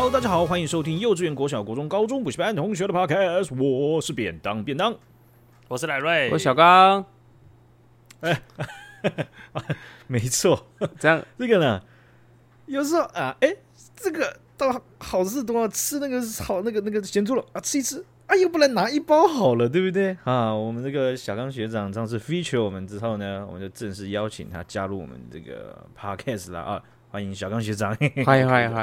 Hello， 大家好，欢迎收听幼稚园、国小、国中、高中补习班同学的 Podcast， 我是便当， 我是赖瑞， 我是小刚。 没错， 这样这个呢，有时候啊，这个到好事多吃那个好那个咸猪肉啊，吃一吃啊，又不能拿一包好了，对不对啊？我们这个小刚学长上次 feature 我们之后呢，我们就正式邀请他加入我们这个 Podcast 啦啊！欢迎小刚学长， 欢迎！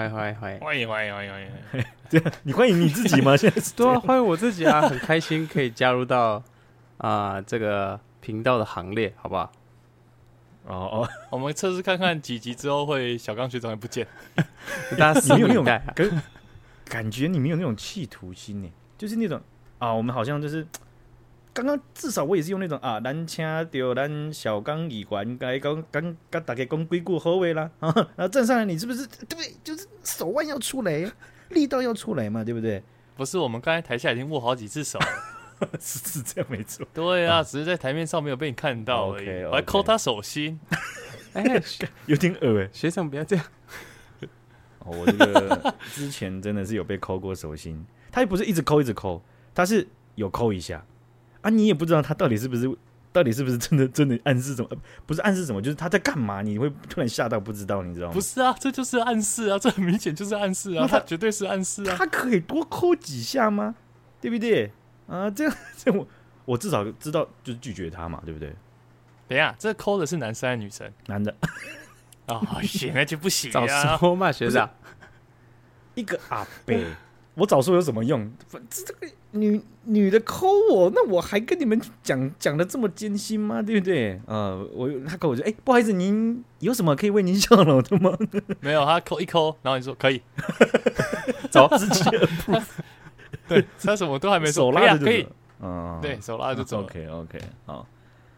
对，你欢迎你自己吗？现在对啊，欢迎我自己啊，很开心可以加入到这个频道的行列，好不好？ 哦， 我们测试看看几集之后会小刚学长会不见， 大家拭目以待。 感觉你没有那种企图心呢，就是那种啊，我们好像就是刚刚至少我也是用那种啊，咱请到咱小刚议员该跟大家讲几句好话啦，然后站上来你是不是对？就是手腕要出来，力道要出来嘛，对不对？ 不是，我们刚才台下已经握好几次手了。 是这样没错。 对啊，只是在台面上没有被你看到而已。 Okay. 我还抠他手心， 有点恶哎， 学长不要这样。 我这个之前真的是有被抠过手心，他也不是一直抠，他是有抠一下啊，你也不知道他到底是不是真的暗示什么，不是暗示什么，就是他在干嘛，你会突然吓到不知道，你知道吗？ 不是啊，这就是暗示啊，这很明显就是暗示啊，他绝对是暗示啊。 他可以多抠几下吗？对不对？啊，这样我至少知道就是拒绝他嘛，对不对？ 等一下，这抠的是男生还是女生？ 男的。 哦，行，那就不行早啊。 说嘛，学长。 一个阿伯，我早说有什么用？这个女的抠我，那我还跟你们讲的这么艰辛吗？对不对？他跟我说，不好意思，您有什么可以为您效劳的吗？ 没有，他抠一抠，然后你说可以， 走，直接 approve。 对，他什么都还没说， 手拉着就可以， 嗯， 对手拉着就走了。 OK， 好。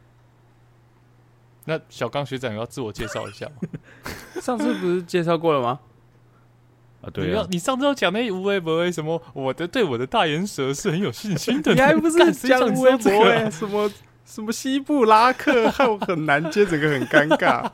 那小刚学长要自我介绍一下吗？ 上次不是介绍过了吗？ 啊，对啊， 你上次要讲那无为不为什么？对我的大眼蛇是很有信心的。 你还不是讲无为不为？什么西部拉克，害我很难接，整个很尴尬。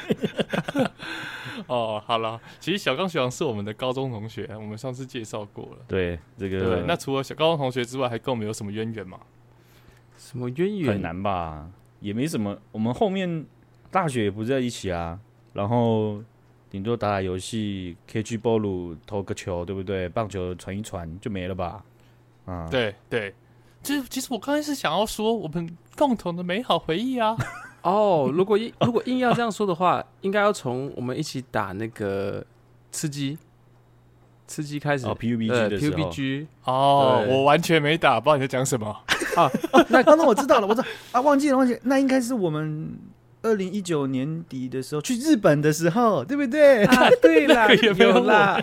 哦，好了，其实小刚学长是我们的高中同学，我们上次介绍过了。 对，这个对，那除了小高中同学之外，还跟我们有什么渊源吗？ 什么渊源？ 很难吧？也没什么。我们后面大学也不在一起啊，然后顶多打打游戏 ，KG 波鲁投个球，对不对？棒球传一传就没了吧？啊， 对，其实我刚才是想要说我们共同的美好回忆啊。 哦，如果硬要这样说的话，应该要从我们一起打那个吃鸡开始。 PUBG 的时候 PUBG 哦，我完全没打，不知道你在讲什么。 那我知道了，忘记了，那应该是我们2019年底的时候去日本的时候，对不对？ 啊，对啦，有啦。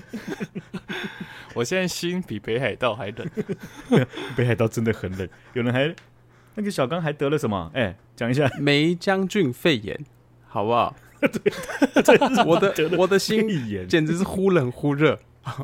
我现在心比北海道还冷。 北海道真的很冷，有人还那个小刚还得了什么？讲一下梅将军肺炎，好不好？我的心简直是忽冷忽热。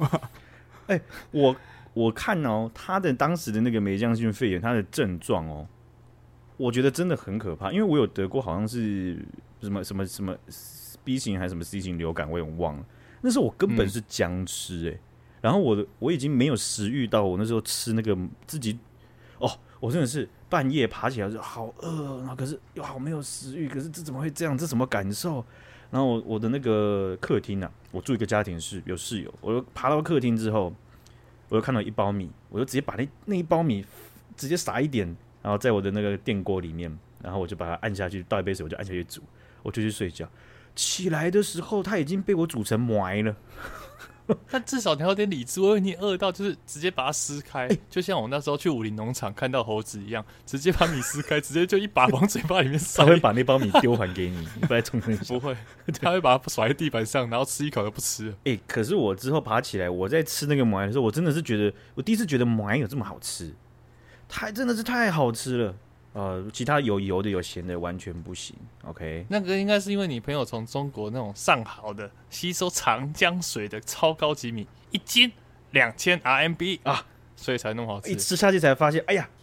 我看哦，他的当时的那个梅将军肺炎，他的症状哦，我觉得真的很可怕，因为我有得过，好像是什么 B 型还是什么 C 型流感，我也忘了。那时候我根本是僵吃然后我已经没有食欲到我那时候吃那个自己我真的是半夜爬起来就好饿，然后可是又好没有食欲，可是这怎么会这样？这什么感受？然后我的那个客厅啊，我住一个家庭室，有室友，我就爬到客厅之后，我就看到一包米，我就直接把那一包米直接撒一点，然后在我的那个电锅里面，然后我就把它按下去，倒一杯水，我就按下去煮，我就去睡觉。起来的时候，它已经被我煮成糜了。 但至少你还有点理智，我以为你饿到就是直接把它撕开，就像我那时候去武林农场看到猴子一样，直接把米撕开，直接就一把往嘴巴里面塞。 他会把那包米丢还给你，你不来冲那不会，他会把它甩在地板上，然后吃一口就不吃了。 可是我之后爬起来，我在吃那个糜的时候，我真的是觉得，我第一次觉得糜有这么好吃，真的是太好吃了。其他有油的有咸的完全不行。OK， 那个应该是因为你朋友从中国那种上好的吸收长江水的超高级米1斤2000 RMB 啊，所以才那么好吃。 一吃下去才发现，哎呀，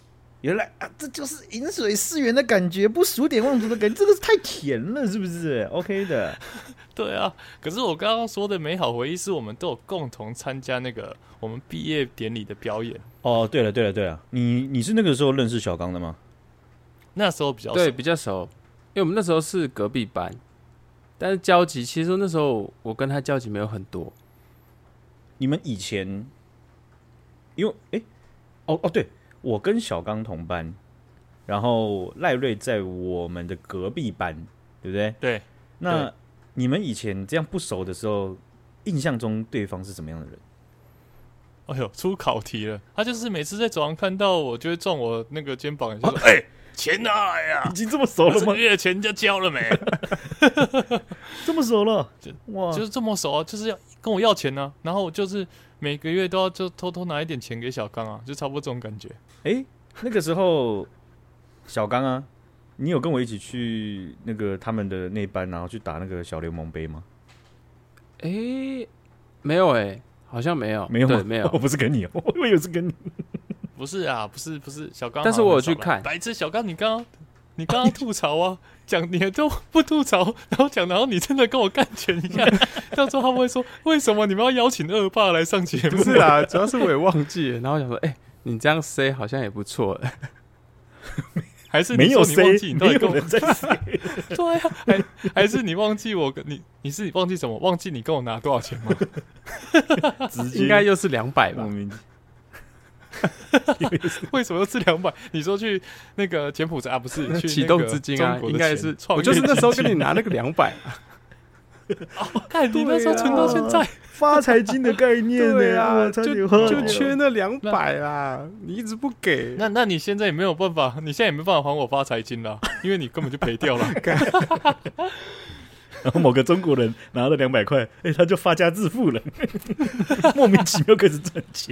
原来啊，这就是饮水思源的感觉，不数典忘祖的感觉，这个太甜了，是不是 ？OK 的。 对啊，可是我刚刚说的美好回忆是我们都有共同参加那个我们毕业典礼的表演。 哦，对了，你是那个时候认识小刚的吗？ 那时候比较熟， 对，比较熟，因为我们那时候是隔壁班，但是交集其实那时候我跟他交集没有很多。 你们以前，因为对，我跟小刚同班，然后赖瑞在我们的隔壁班，对不对？ 对。 那你们以前这样不熟的时候，印象中对方是什么样的人？ 哎呦，出考题了！他就是每次在走廊看到我，就会撞我那个肩膀，就说：“哎、钱拿来呀！” 已经这么熟了吗？ 这个月的钱就交了没？ 这么熟了，哇， 就是这么熟啊，就是要跟我要钱呢、然后我就是每个月都要就偷偷拿一点钱给小刚啊，就差不多这种感觉。 那个时候小刚啊，你有跟我一起去那个他们的那班，然后去打那个小联盟杯吗？ 没有好像没有， 没有吗？ 对，没有。 我不是跟你，我以为是跟你。 不是啊，不是小刚， 但是我有去看。 白痴，小刚，你刚刚吐槽啊，讲你都不吐槽，然后你真的跟我干拳一样，到时候他们会说为什么你们要邀请恶霸来上节目？ 不是啦，主要是我也忘记了，然后想说，你这样 say 好像也不错。 还是你说你忘记你到底跟我在 say？ 对啊，还是你忘记我跟你忘记什么？忘记你跟我拿多少钱吗？ 应该又是200吧？ 为什么又是200？你说去那个柬埔寨啊？不是去启动资金啊？应该是，我就是那时候跟你拿那个200。 看你那时候存到现在， 发财金的概念对啊，就缺那200啦，你一直不给。 那你现在也没有办法，你现在也没办法还我发财金啦，因为你根本就赔掉了。 然后某个中国人拿了200块，他就发家致富了，莫名其妙开始赚钱。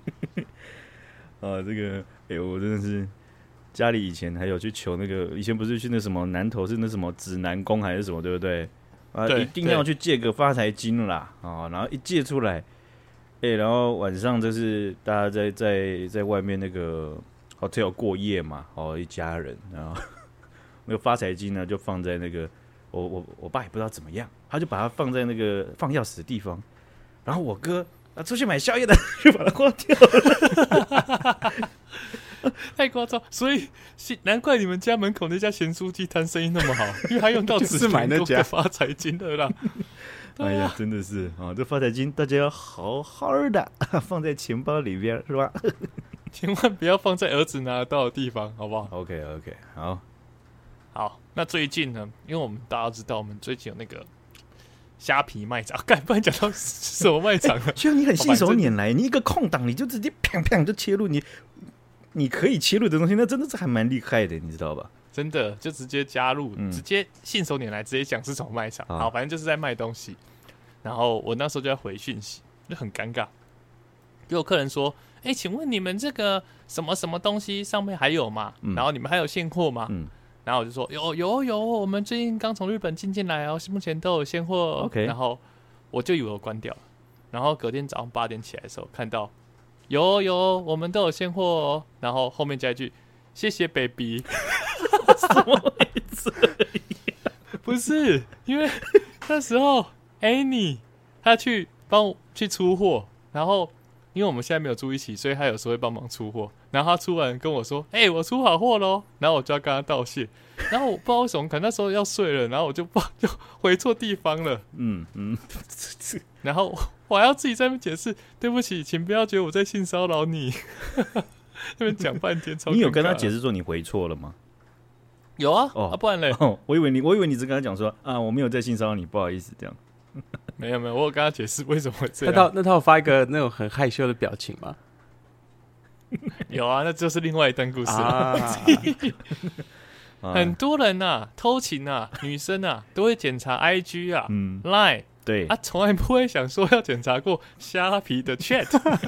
这个我真的是家里以前还有去求那个，以前不是去那什么南投是那什么指南宫还是什么，对不对？一定要去借个发财金啦然后一借出来，然后晚上就是大家在外面那个 hotel 过夜嘛，一家人，然后那个发财金呢就放在那个我爸也不知道怎么样，他就把它放在那个放钥匙的地方，然后我哥出去买宵夜的就把它花掉了。 太夸张，所以难怪你们家门口那家咸酥鸡摊生意那么好，因为他用到就是买那家发财金的啦。 哎呀，真的是这发财金大家要好好的放在钱包里边，是吧？ 千万不要放在儿子拿得到的地方，好不好 ？OK， 好。 那最近呢，因为我们大家知道，我们最近有那个虾皮卖场，不然讲到什么卖场呢？ 就你很信手拈来，你一个空档你就直接砰砰就切入你可以切入的东西，那真的是还蛮厉害的，你知道吧？ 真的就直接加入，直接信手拈来，直接讲是什么卖场。好，反正就是在卖东西。然后我那时候就在回讯息，就很尴尬。就有客人说：“请问你们这个什么什么东西上面还有吗？然后你们还有现货吗？”然后我就说：“有，我们最近刚从日本进来哦，目前都有现货。” OK， 然后我就以为我关掉了。然后隔天早上8点起来的时候，看到有，我们都有现货哦。然后后面加一句：“谢谢 baby。” 什么会这样？ 不是，因为那时候 Annie 他去帮我去出货，然后因为我们现在没有住一起，所以他有时候会帮忙出货。然后他出完跟我说：“我出好货咯。”然后我就要跟他道谢。然后我不知道为什么，可能那时候要睡了，然后我就回错地方了。然后我还要自己在那边解释：“对不起，请不要觉得我在性骚扰你。”那边讲半天，超尴尬。 你有跟他解释说你回错了吗？ 有啊，不然嘞？ 我以为你只跟他讲说我没有在性骚扰你，不好意思这样。 没有，我有跟他解释为什么会这样。 那他有发一个那种很害羞的表情吗？ 有啊，那就是另外一段故事了。很多人偷情女生都会检查 IG Line， 对从来不会想说要检查过虾皮的 Chat。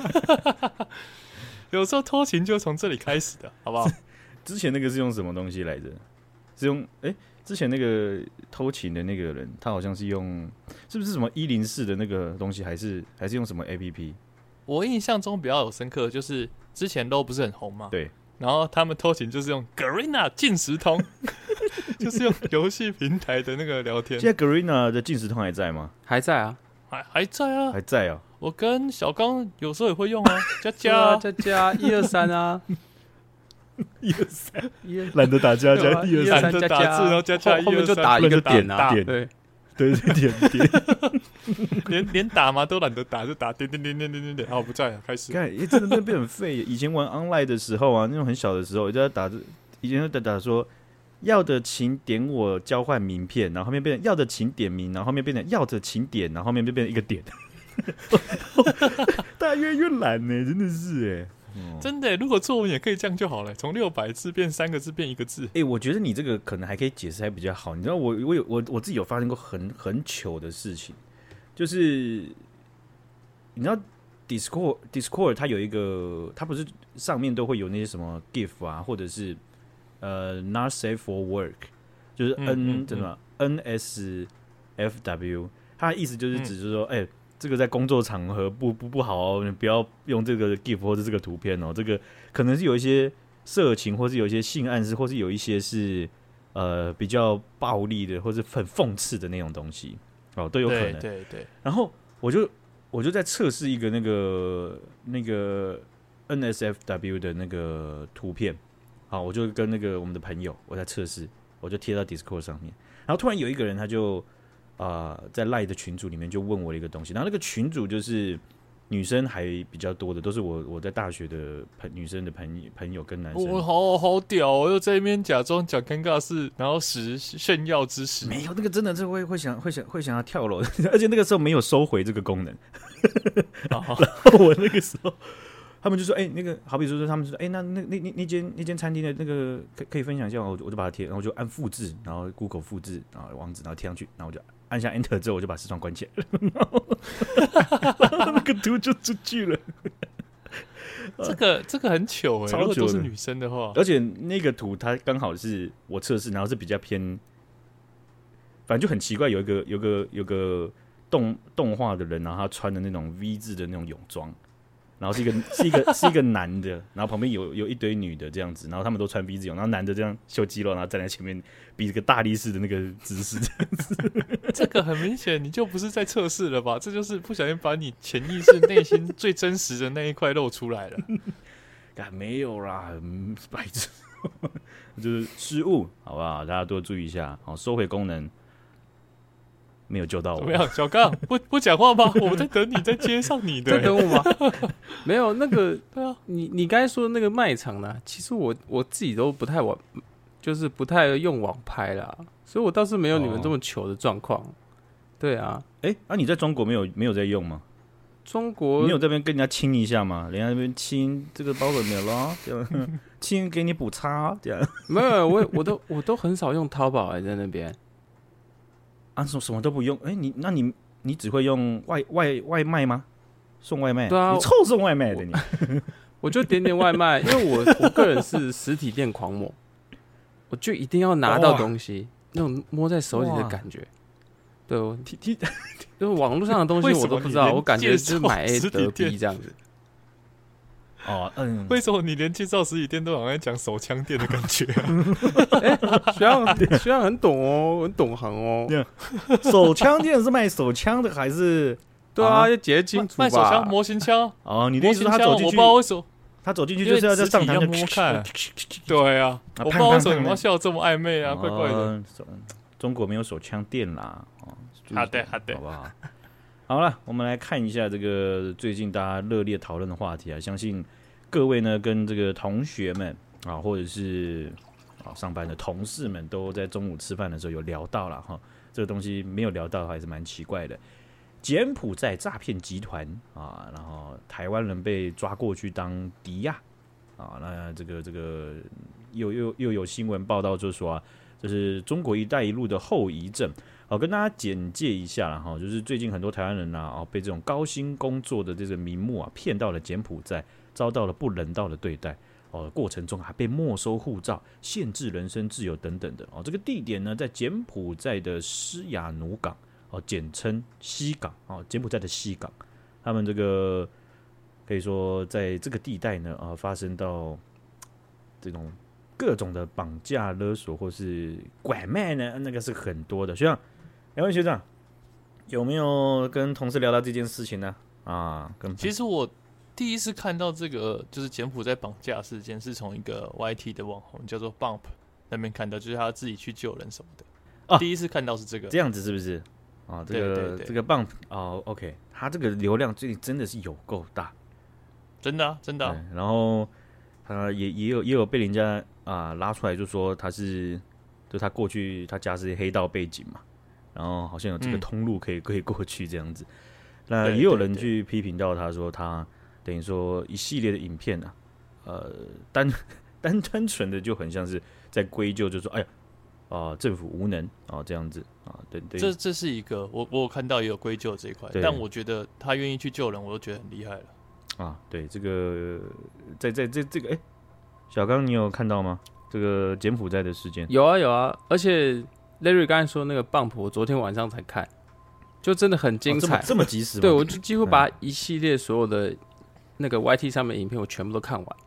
有时候偷情就从这里开始的，好不好？ 之前那个是用什么东西来着？是用之前那个偷情的那个人，他好像是用是不是什么104的那个东西，还是用什么 APP？ 我印象中比较有深刻的就是之前 LOL 不是很红嘛， 对， 然后他们偷情就是用 Garena 进食通，就是用游戏平台的那个聊天。 现在 Garena 的进食通还在吗？ 还在啊， 还在啊， 还在哦。 我跟小刚有时候也会用啊， 加123啊 123，懒得打加加123， 懒得打字，然后加123， 后面就打一个点啊， 点对点， 连打嘛都懒得打，就打点，好不在了，开始。 看，真的变很废。以前玩 online 的时候啊，那种很小的时候，就在打，以前就打说要的请点我交换名片，然后后面变成要的请点名，然后后面变成要的请点，然后后面就变成一个点。大家越懒呢，真的是真的，如果作文也可以这样就好了，从600字变3个字变1个字。 我觉得你这个可能还可以解释还比较好。你知道我自己有发生过很糗的事情，就是你知道 Discord 它有一个，它不是上面都会有那些什么 GIF 啊，或者是not safe for work， 就是 NSFW， 它的意思就是指说这个在工作场合不好哦，你不要用这个 GIF 或者这个图片哦，这个可能是有一些色情，或是有一些性暗示，或是有一些是比较暴力的，或是很讽刺的那种东西哦，都有可能。 对。 然后我就在测试一个那个 NSFW 的那个图片，好，我就跟那个我们的朋友我在测试，我就贴到 Discord 上面，然后突然有一个人他就在 LINE 的群组里面就问我一个东西，然后那个群组就是女生还比较多的，都是我在大学的女生的朋友跟男生。 我好屌哦，又在那边假装讲尴尬事，然后炫耀之时。 没有，那个真的是会想要跳楼的，而且那个时候没有收回这个功能。然后我那个时候，他们就说：“那个好比说他们说，那间餐厅的那个可以分享一下吗？”我就把它贴，然后我就按复制，然后 Google 复制，然后网址，然后贴上去，然后我就按下 Enter 之后，我就把视窗关起来了，然后那个图就出去了。 这个很糗如果都是女生的话， 而且那个图它刚好是我测试，然后是比较偏，反正就很奇怪，有个动画的人，然后他穿的那种 V 字的那种泳装，然后是一个男的，然后旁边有一堆女的这样子，然后他们都穿 V 字泳，然后男的这样秀肌肉，然后站在前面比这个大力士的那个姿势，这样子。 这个很明显，你就不是在测试了吧？这就是不小心把你潜意识内心最真实的那一块露出来了。 没有啦，白痴，就是失误，好不好？大家多注意一下，好，收回功能。没有救到我。 怎么样，小刚不讲话吗？我在等你，在接上你的。 在等我吗？没有那个，对啊，你刚才说的那个卖场呢？其实我自己都不太玩，就是不太用网拍啦，所以我倒是没有你们这么糗的状况。对啊， 你在中国没有在用吗？ 中国你有这边跟人家亲一下吗？人家那边亲这个包裹没有咯，亲给你补差这样。 没有，我都很少用淘宝在那边。 啊，什么都不用？你只会用外卖吗？送外卖？ 对啊， 你臭送外卖的你。 我就点点外卖，因为我个人是实体店狂魔，我就一定要拿到东西，那种摸在手里的感觉。对，就是网络上的东西我都不知道，我感觉就是买 A 得 B 这样子。 哦， 为什么你连介绍实体店都好像讲手枪店的感觉学长很懂哦，很懂行哦。 手枪店是卖手枪的还是？ 对啊，要解清楚吧。 卖手枪、模型枪。 你的意思是他走进去， 我不知道为什么他走进去就是要在上台就摸看。对啊，我不知道为什么你们笑这么暧昧啊，怪怪的。 中国没有手枪店啦。 好的， 好不好？好了，我们来看一下这个最近大家热烈讨论的话题啊，相信各位呢跟这个同学们啊，或者是上班的同事们，都在中午吃饭的时候有聊到了哈。这个东西没有聊到还是蛮奇怪的。柬埔寨诈骗集团啊，然后台湾人被抓过去当迪亚啊，那这个又有新闻报道，就说这是中国“一带一路”的后遗症。跟大家简介一下啦，就是最近很多台湾人被这种高薪工作的这个名目骗到了柬埔寨，遭到了不人道的对待。过程中还被没收护照、限制人身自由等等的。这个地点呢，在柬埔寨的施雅努港，简称西港，柬埔寨的西港。他们这个可以说在这个地带呢，发生到这种各种的绑架勒索或是拐卖呢，那个是很多的。学长，两位学长有没有跟同事聊到这件事情呢？ 其实我第一次看到这个就是柬埔寨绑架事件，是从一个 YT 的网红叫做 Bump 那边看到，就是他自己去救人什么的。第一次看到是这个， 这样子是不是？这个 Bump OK， 他这个流量最近真的是有够大， 真的真的。 然后他也有被人家拉出来，就说就他过去他家是黑道背景嘛，然后好像有这个通路可以过去这样子。那也有人去批评到他说，他等于说一系列的影片单纯的就很像是在归咎，就说哎呀政府无能这样子对。 这是一个我有看到也有归咎这一块，但我觉得他愿意去救人，我都觉得很厉害了。 对，这个在这个小刚你有看到吗？这个柬埔寨的事件有啊，而且 Larry 刚才说那个Bump，我昨天晚上才看。就真的很精彩， 这么及时吗？ 对，我就几乎把一系列所有的那个 YT 上面的影片我全部都看完。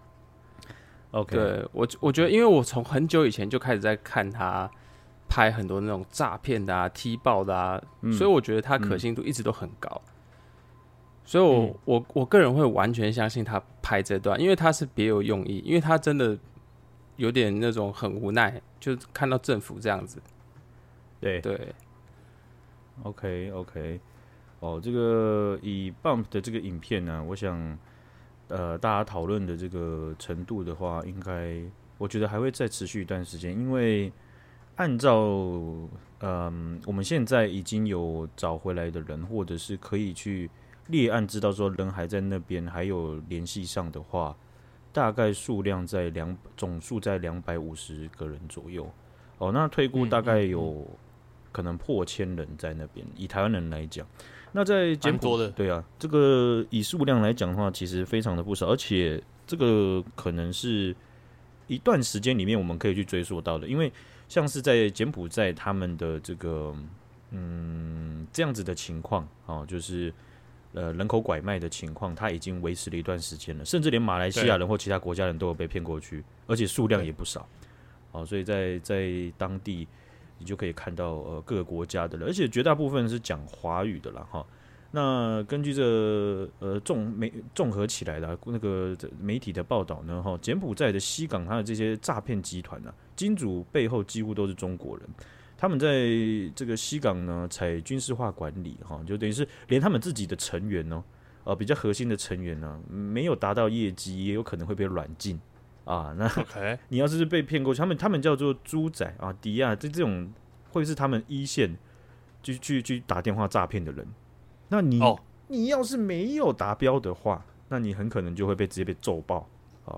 OK， 对我觉得，因为我从很久以前就开始在看他拍很多那种诈骗的踢爆的所以我觉得他可信度一直都很高。所以我个人会完全相信他拍这段，因为他是别有用意，因为他真的有点那种很无奈，就看到政府这样子。 对。OK， 这个以 Bump 的这个影片呢，我想大家讨论的这个程度的话，应该我觉得还会再持续一段时间，因为按照我们现在已经有找回来的人，或者是可以去列案知道说人还在那边，还有联系上的话，大概数量在总数在250个人左右。那推估大概有可能破1000人在那边，以台湾人来讲，那在柬埔寨，对这个以数量来讲的话，其实非常的不少，而且这个可能是一段时间里面我们可以去追溯到的，因为像是在柬埔寨他们的这个这样子的情况就是人口拐卖的情况，它已经维持了一段时间了，甚至连马来西亚人或其他国家人都有被骗过去，而且数量也不少所以在当地你就可以看到各个国家的人，而且绝大部分是讲华语的啦那根据这综合起来的那个媒体的报道呢柬埔寨的西港它的这些诈骗集团金主背后几乎都是中国人，他们在这个西港呢采军事化管理就等于是连他们自己的成员比较核心的成员没有达到业绩，也有可能会被软禁那你要是被骗过去，他们叫做猪仔迪亚，这种会是他们一线去打电话诈骗的人。那你要是没有达标的话，那你很可能就会直接被揍爆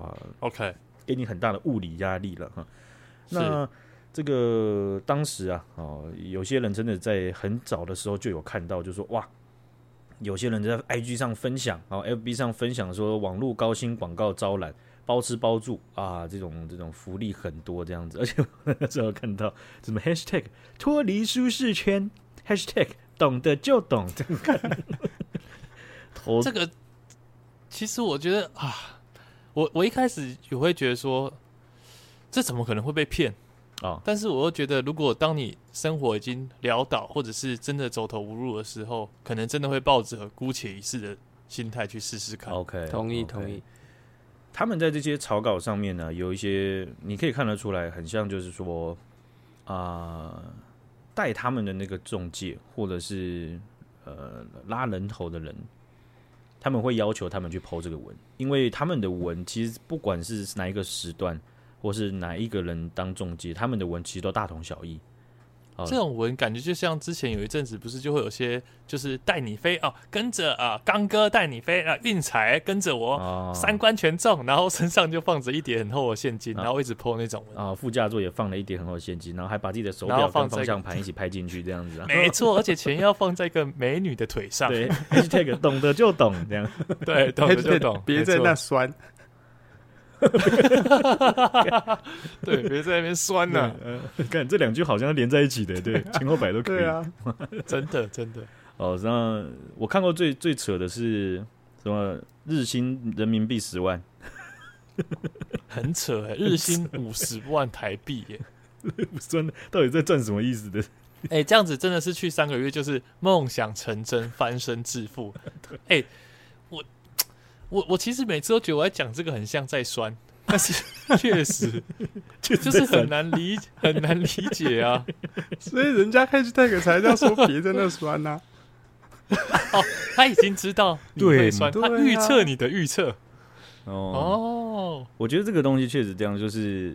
OK， 给你很大的物理压力了那这个当时有些人真的在很早的时候就有看到，就说哇，有些人在 IG 上分享FB 上分享说网络高薪广告招揽。包吃包住这种福利很多这样子，而且我那时候看到什么 hashtag 脱离舒适圈 hashtag 懂得就懂这样看这个其实我觉得我一开始也会觉得说这怎么可能会被骗但是我又觉得如果当你生活已经潦倒或者是真的走投无路的时候，可能真的会抱着姑且一试的心态去试试看。 OK， 同意他们在这些草稿上面呢，有一些你可以看得出来，很像就是说带他们的那个中介或者是拉人头的人，他们会要求他们去 po 这个文，因为他们的文其实不管是哪一个时段或是哪一个人当中介，他们的文其实都大同小异。 这种文感觉就像之前有一阵子不是就会有些就是带你飞跟着刚哥带你飞运财跟着我三观全中，然后身上就放着一叠很厚的现金，然后一直 po 那种文副驾座也放了一叠很厚的现金，然后还把自己的手表跟方向盘一起拍进去这样子没错，而且钱要放在一个美女的腿上。 对#懂得就懂这样对，懂得就懂， 别在那酸对，别在那边酸呢看这两句好像连在一起的，对，前后摆都可以。 对真的那我看过最扯的是什么日薪人民币10万很扯日薪50万台币耶！ 到底在赚什么意思的？ 这样子真的是去3个月就是梦想成真，翻身致富。我其实每次都觉得我在讲这个很像在酸，但是确实就是很难理解啊。 所以人家#才叫说别在那酸啊。 他已经知道你会酸， 对他预测你的预测。 我觉得这个东西确实这样，就是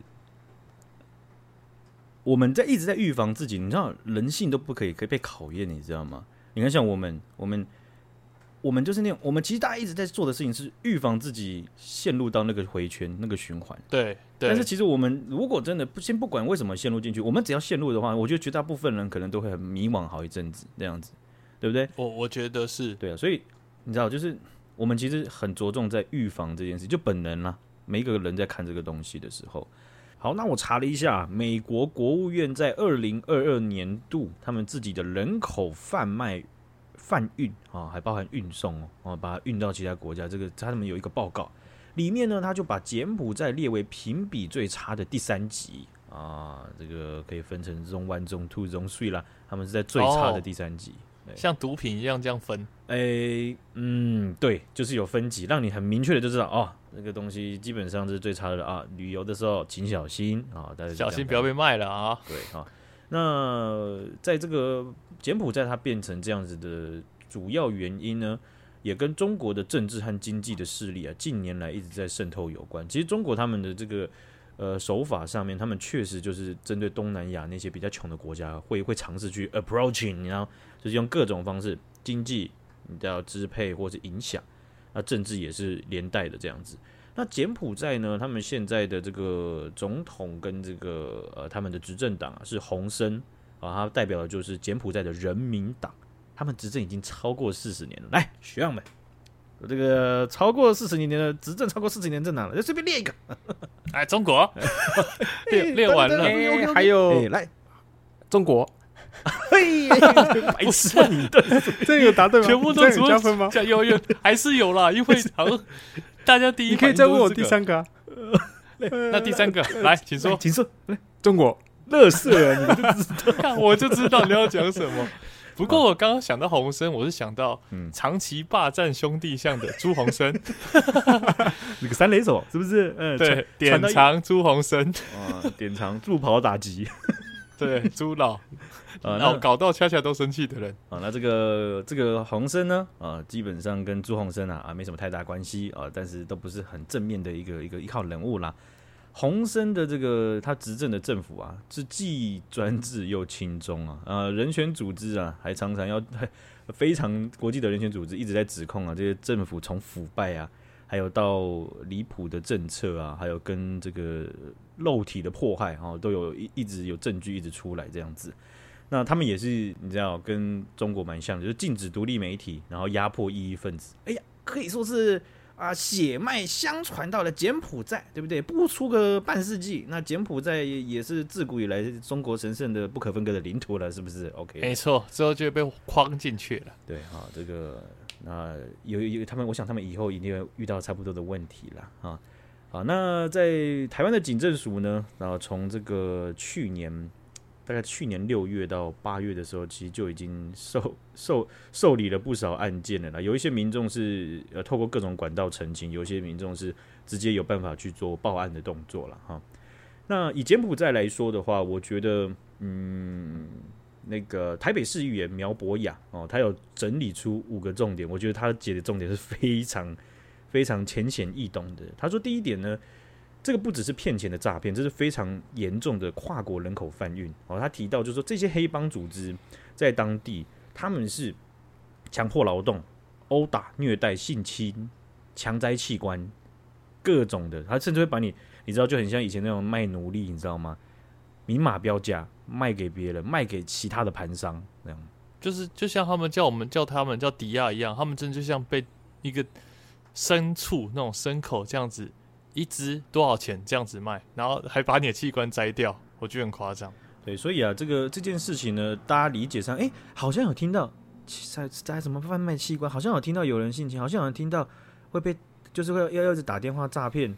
我们一直在预防自己，你知道人性都可以被考验，你知道吗？你看像我们就是那种，我们其实大家一直在做的事情是预防自己陷入到那个回圈、那个循环。 对。 但是其实我们如果真的先不管为什么陷入进去，我们只要陷入的话，我觉得绝大部分人可能都会很迷惘好一阵子，这样子，对不对？ 我觉得是对啊，所以你知道，就是我们其实很着重在预防这件事，就本能啦。每一个人在看这个东西的时候，好，那我查了一下，美国国务院在2022年度他们自己的人口贩运啊，还包含运送哦，把它运到其他国家，这个他们有一个报告，里面呢，他就把柬埔寨列为评比最差的第3级啊，这个可以分成中1、中2、中3啦，他们是在最差的第3级。 像毒品一样这样分， 对，就是有分级，让你很明确的就知道哦，这个东西基本上是最差的啊。旅游的时候请小心啊，大家小心不要被卖了啊。 对啊，那在这个柬埔寨它变成这样子的主要原因呢，也跟中国的政治和经济的势力啊，近年来一直在渗透有关。其实中国他们的这个手法上面，他们确实就是针对东南亚那些比较穷的国家，会尝试去 approaching， 然后就是用各种方式，经济你都要支配或是影响，那政治也是连带的这样子。那柬埔寨呢，他们现在的这个总统跟这个他们的执政党是洪森啊，它代表的就是柬埔寨的人民党，他们执政已经超过40年了。来，学长们，这个超过40年的执政，超过40年政党了，就随便列一个。 中国列完了， 还有来中国， 白痴啊你！ 这个有答对吗？ 全部都有加分吗？ 有还是有啦，因为好像大家第一， 你可以再问我第3个啊。 那第3个来，请说， 中国， 垃圾啊！你就知道， 我就知道你要讲什么。不过我刚刚想到洪森，我是想到长期霸占兄弟象的朱洪森， 那个3垒手是不是？ 对，典藏朱洪森， 典藏助跑打击， 对，朱老，搞到恰恰都生气的人那这个洪森呢，基本上跟朱洪森没什么太大关系但是都不是很正面的一个依靠人物啦。洪森的这个他执政的政府是既专制又亲中人权组织还常常要非常国际的人权组织一直在指控这些政府从腐败还有到离谱的政策还有跟这个肉体的迫害都有一直有证据一直出来这样子。那他们也是你知道跟中国蛮像的，就是禁止独立媒体，然后压迫异议分子。哎呀，可以说是血脉相传到了柬埔寨，对不对？不出个半世纪，那柬埔寨也是自古以来中国神圣的不可分割的领土了，是不是 ？OK， 没错，之后就被框进去了。 对这个那有他们，我想他们以后一定会遇到差不多的问题啦好，那在台湾的警政署呢，然后从这个大概去年6月到8月的时候，其实就已经受理了不少案件了啦。有一些民众是透过各种管道澄清，有一些民众是直接有办法去做报案的动作了哈。那以柬埔寨来说的话，我觉得那个台北市议员苗博雅他有整理出5个重点，我觉得他解的重点是非常非常浅显易懂的。他说第一点呢，这个不只是骗钱的诈骗，这是非常严重的跨国人口贩运。他提到就是说，这些黑帮组织在当地，他们是强迫劳动、殴打、虐待、性侵、强摘器官，各种的。他甚至会把你知道，就很像以前那种卖奴隶，你知道吗？明码标价卖给别人，卖给其他的盘商，那样。 就像他们叫他们叫迪亚一样，他们真的就像被一个牲畜那种牲口这样子。一只多少钱这样子卖，然后还把你的器官摘掉，我觉得很夸张。 对，所以这件事情呢，大家理解上，好像有听到在什么贩卖器官，好像有听到有人性侵，好像有听到会被就是会要打电话诈骗，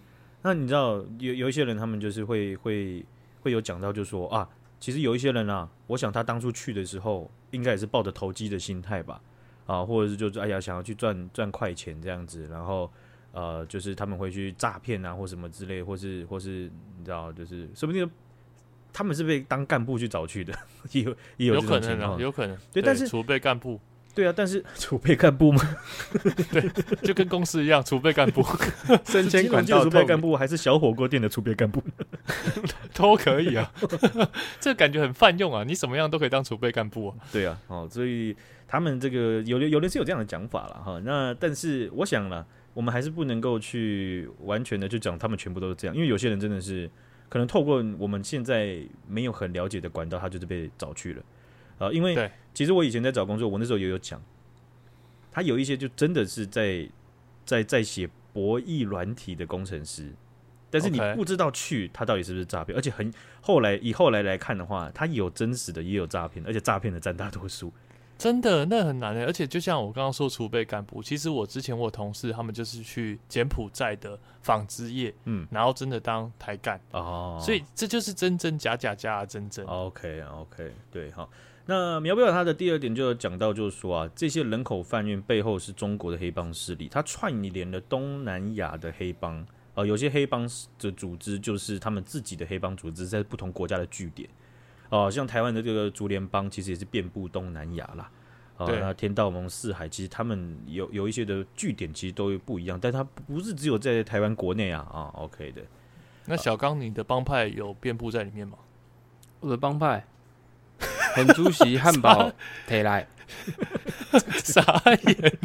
那你知道有一些人，他们就是会有讲到，就说啊，其实有一些人啊，我想他当初去的时候，应该也是抱着投机的心态吧，啊，或者是就是哎呀想要去赚快钱这样子，然后就是他们会去诈骗啊，或什么之类，或是你知道，就是说不定他们是被当干部去找去的，也有这种情况， 有可能， 对，但是储备干部。 对啊，但是储备干部吗？ 对，就跟公司一样，储备干部， 升迁管道储备干部还是小火锅店的储备干部都可以啊。这感觉很泛用啊，你什么样都可以当储备干部啊。 对啊，所以他们这个有人是有这样的讲法了哈。那但是我想了，我们还是不能够去完全的就讲他们全部都是这样，因为有些人真的是可能透过我们现在没有很了解的管道，他就是被找去了。因为其实我以前在找工作，我那时候也有讲，他有一些就真的是在写博弈软体的工程师，但是你不知道他到底是不是诈骗，而且后来来看的话，他有真实的也有诈骗，而且诈骗的占大多数。 真的那很难的，而且就像我刚刚说储备干部，其实我之前我同事他们就是去柬埔寨的纺织业，然后真的当台干哦，所以这就是真真假假假的真真。 OK， 对，好。那苗表他的第二点就有讲到，就是说啊，这些人口贩运背后是中国的黑帮势力，他串联了东南亚的黑帮，有些黑帮的组织就是他们自己的黑帮组织，在不同国家的据点，像台湾的这个竹联帮，其实也是遍布东南亚啦，那天道盟、四海，其实他们有一些的据点，其实都不一样，但它不是只有在台湾国内啊 ，OK 的。 那小刚，你的帮派有遍布在里面吗？ 我的帮派。很主席汉堡提来， 傻眼！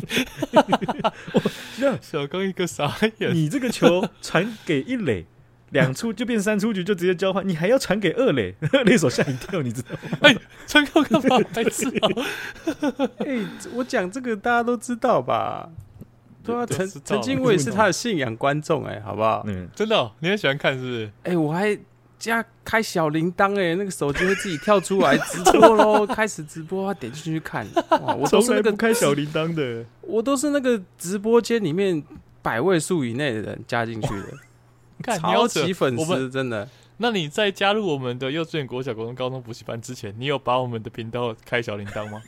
小刚一个傻眼。 你这个球传给一垒，2出就变3出局，就直接交换，你还要传给2垒，垒手吓一跳，你知道吗？ 哎，传给我干嘛？白痴啊！ 我讲这个大家都知道吧？对啊，曾经我也是他的信仰观众，好不好？ 真的，你很喜欢看是不是？ 我还。加开小铃铛那个手机会自己跳出来直播咯，开始直播，点进去看。我都是那个不开小铃铛的， 我都是那个直播间里面100位数以内的人加进去的，超级粉丝，真的。 那你在加入我们的幼稚园、国小、国中、高中补习班之前，你有把我们的频道开小铃铛吗？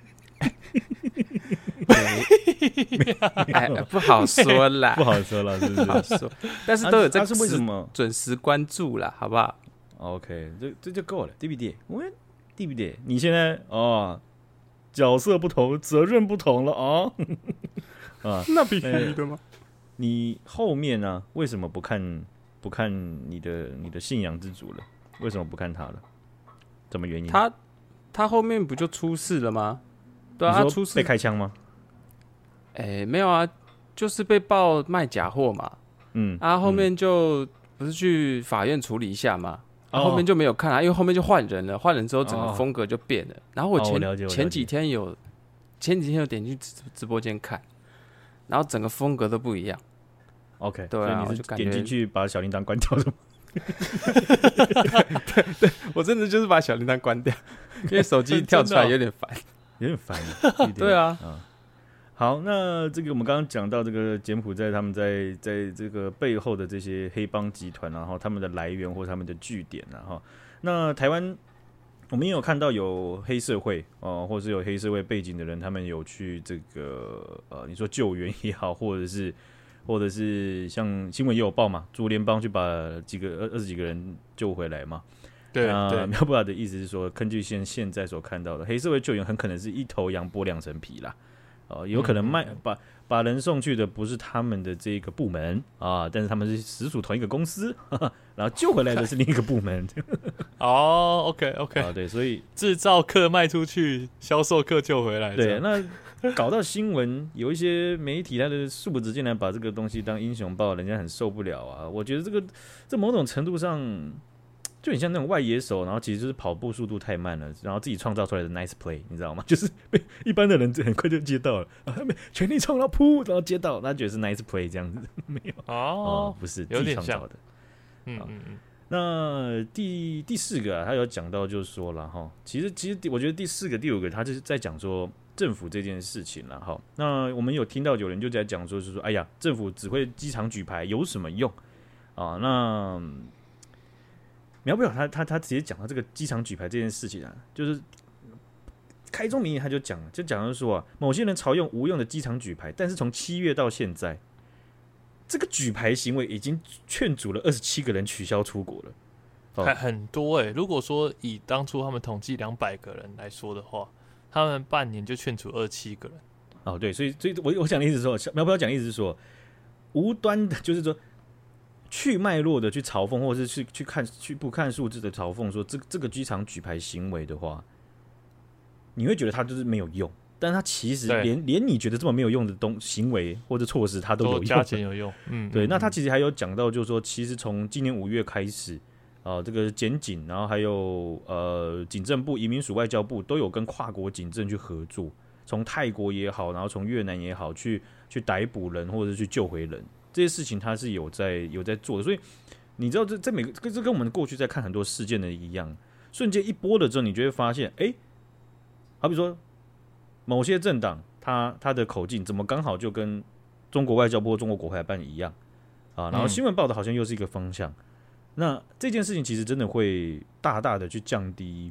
不好说啦， 不好说啦，是不是？ 不好说，但是都有在是为什么准时关注啦，好不好 ？OK， 这就够了，对不对？对不对？你现在角色不同，责任不同了那必须的吗？ 你后面呢？为什么不看你的信仰之主了？为什么不看他了？什么原因？ 他后面不就出事了吗？对啊，他出事被开枪吗？ 没有啊，就是被爆卖假货嘛。后面就不是去法院处理一下嘛，后面就没有看因为后面就换人了，换人之后整个风格就变了。然后我前几天有点进去直播间看，然后整个风格都不一样。 OK， 对啊， 所以你是点进去把小铃铛关掉的吗？ 对，我真的就是把小铃铛关掉，因为手机跳出来有点烦，对啊。 好，那这个我们刚刚讲到这个柬埔寨，他们在这个背后的这些黑帮集团，然后他们的来源或他们的据点，然后那台湾我们也有看到有黑社会或者是有黑社会背景的人，他们有去这个你说救援也好，或者是像新闻也有报嘛，竹联帮去把20几个人救回来嘛。 对， 苗不拉的意思是说，根据现在所看到的，黑社会救援很可能是一头羊剥2层皮啦。有可能把人送去的不是他们的这个部门但是他们是实属同一个公司，然后救回来的是另一个部门。 OK， 对，所以制造客卖出去，销售客救回来。 对，那搞到新闻，有一些媒体他的素质竟然把这个东西当英雄报，人家很受不了啊。我觉得这某种程度上。就很像那种外野手，然后其实就是跑步速度太慢了，然后自己创造出来的 nice play， 你知道吗？就是被一般的人很快就接到了，全力冲到扑，然后接到，他觉得是 nice play 这样子，没有不是自己创造的。那第4个他有讲到就是说了哈，其实我觉得第4个、第5个他就是在讲说政府这件事情了哈。那我们有听到有人就在讲说，就是说，哎呀，政府只会机场举牌有什么用？ 啊。那苗博雅他直接讲到这个机场举牌这件事情啊，就是开宗明义他就讲说啊，某些人朝用无用的机场举牌，但是从7月到现在，这个举牌行为已经劝阻了27个人取消出国了。 还很多如果说以当初他们统计200个人来说的话，他们半年就劝阻27个人。 哦，对，所以我讲的意思是说，苗博雅讲的意思是说，无端的，就是说去脉络的去嘲讽，或者是去不看数字的嘲讽，说这个机场举牌行为的话，你会觉得他就是没有用，但他其实连你觉得这么没有用的行为或者措施，他都有用， 加减有用。 对。那他其实还有讲到，就是说，其实从今年5月开始。这个检警，然后还有警政部、移民署、外交部都有跟跨国警政去合作，从泰国也好，然后从越南也好，去逮捕人或者去救回人，这些事情他是有在做的。所以你知道这跟我们过去在看很多事件的一样，瞬间一波了之后，你就会发现，好比说某些政党，他的口径怎么刚好就跟中国外交部或中国国台办一样啊，然后新闻报道好像又是一个方向。那这件事情其实真的会大大的去降低，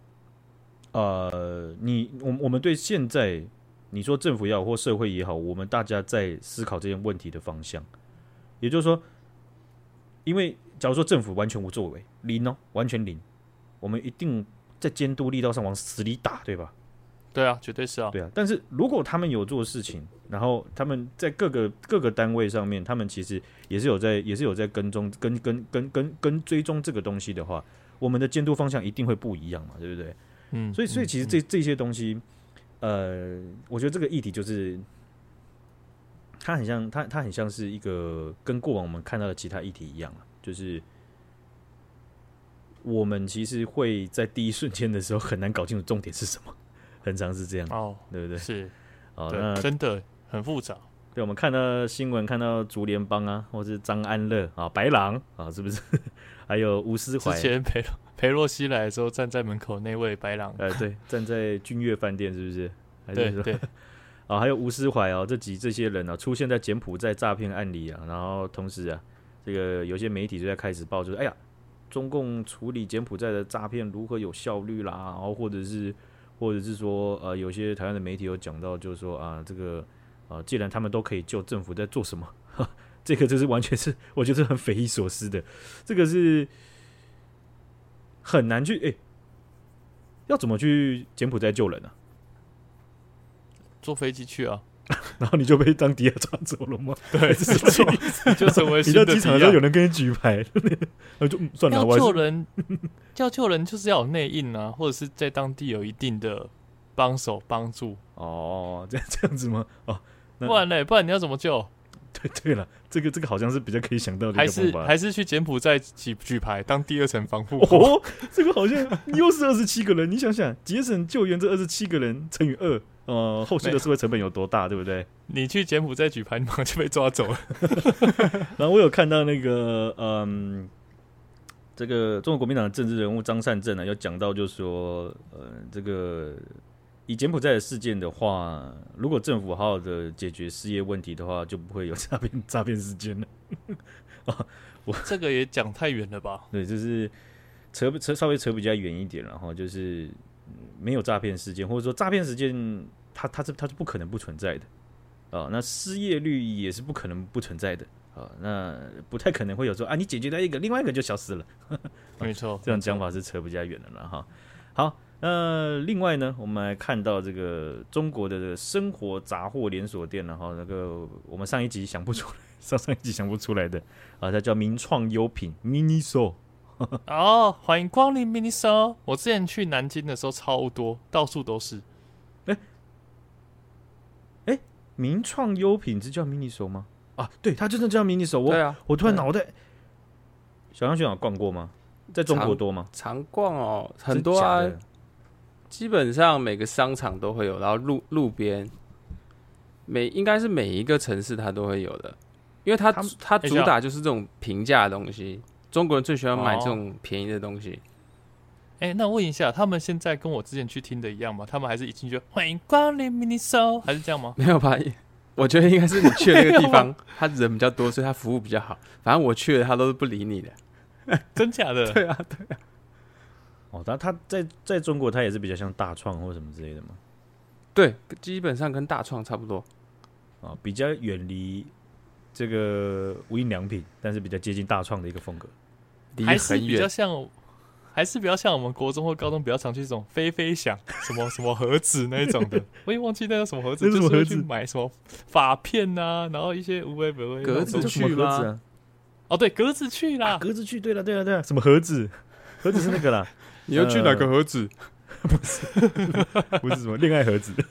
我们对现在你说政府也好或社会也好，我们大家在思考这件问题的方向。也就是说，因为假如说政府完全无作为，零完全零，我们一定在监督力道上往死里打，对吧？ 对啊，绝对是啊。 对啊，但是如果他们有做事情，然后他们在各个单位上面，他们其实也是有在跟踪跟追踪这个东西的话，我们的监督方向一定会不一样嘛，对不对？所以其实这些东西，我觉得这个议题就是它很像是一个跟过往我们看到的其他议题一样，就是我们其实会在第一瞬间的时候很难搞清楚重点是什么。很常是这样，对不对？ 是， 那真的很复杂。 对，我们看到新闻，看到竹联帮啊，或是张安乐啊、白狼啊，是不是？还有吴思怀， 之前裴洛西来的时候，站在门口那位白狼， 对，站在君悦饭店，是不是？ 对， 还有吴思怀这些人出现在柬埔寨诈骗案里啊，然后同时啊，这个有些媒体就在开始报，就是中共处理柬埔寨的诈骗如何有效率啦，然后或者是说，有些台湾的媒体有讲到，就是说这个既然他们都可以救，政府在做什么？这个就是完全是我觉得很匪夷所思的，这个是很难去要怎么去柬埔寨救人啊？ 坐飞机去啊， 然后你就被当迪亚抓走了吗？ 对，就成为新的迪亚。 你到机场的时候有人跟你举牌，那就算了。 要救人就是要有内应啊，或者是在当地有一定的帮助。 这样子吗？ 不然你要怎么救？ 对了，这个好像是比较可以想到的一个方法， 还是去柬埔寨举牌当第2层防护。 这个好像又是27个人，你想想，节省救援这27个人乘以2。后续的社会成本有多大，对不对？ 你去柬埔寨举牌，你马上就被抓走了。 然后我有看到那个，这个中国国民党的政治人物张善政有讲到，就是说，这个以柬埔寨的事件的话，如果政府好好的解决失业问题的话，就不会有诈骗事件了。 这个也讲太远了吧？ 对，就是稍微扯比较远一点，然后就是没有诈骗事件，或者说诈骗事件它是不可能不存在的那失业率也是不可能不存在的那不太可能会有说你解决到一个，另外一个就消失了。 没错， 这种讲法是扯比较远的了哈。好，另外呢，我们来看到这个中国的这个生活杂货连锁店，然后那个我们上一集想不出来，上一集想不出来的它叫名创优品 Miniso。 欢迎光临 Miniso。我之前去南京的时候超多，到处都是。 名创优品是叫 Miniso 吗？对，它真的叫 Miniso。 对啊， 我突然脑袋，小杨学长逛过吗？在中国多吗？ 常逛很多啊，基本上每个商场都会有，然后路边应该是每一个城市它都会有的，因为它主打就是这种平价的东西，中国人最喜欢买这种便宜的东西。 那问一下，他们现在跟我之前去听的一样吗？他们还是一进去欢迎光临 Miniso， 还是这样吗？ 没有吧？ 我觉得应该是你去的那个地方，他人比较多，所以他服务比较好。反正我去了，他都是不理你的。 真假的？ 对啊。 哦，他在中国，他也是比较像大创或什么之类的嘛。 对，基本上跟大创差不多。 啊，比较远离这个无印良品，但是比较接近大创的一个风格， 还是比较像，还是比较像我们国中或高中比较常去这种飞翔什么什么盒子那一种的，我也忘记那个什么盒子，就是会去买什么发片啊，然后一些无微不微格子去吗？ 哦，对，格子去啦， 格子去，对了，什么盒子？盒子是那个啦， 你要去哪个盒子？ 不是什么恋爱盒子。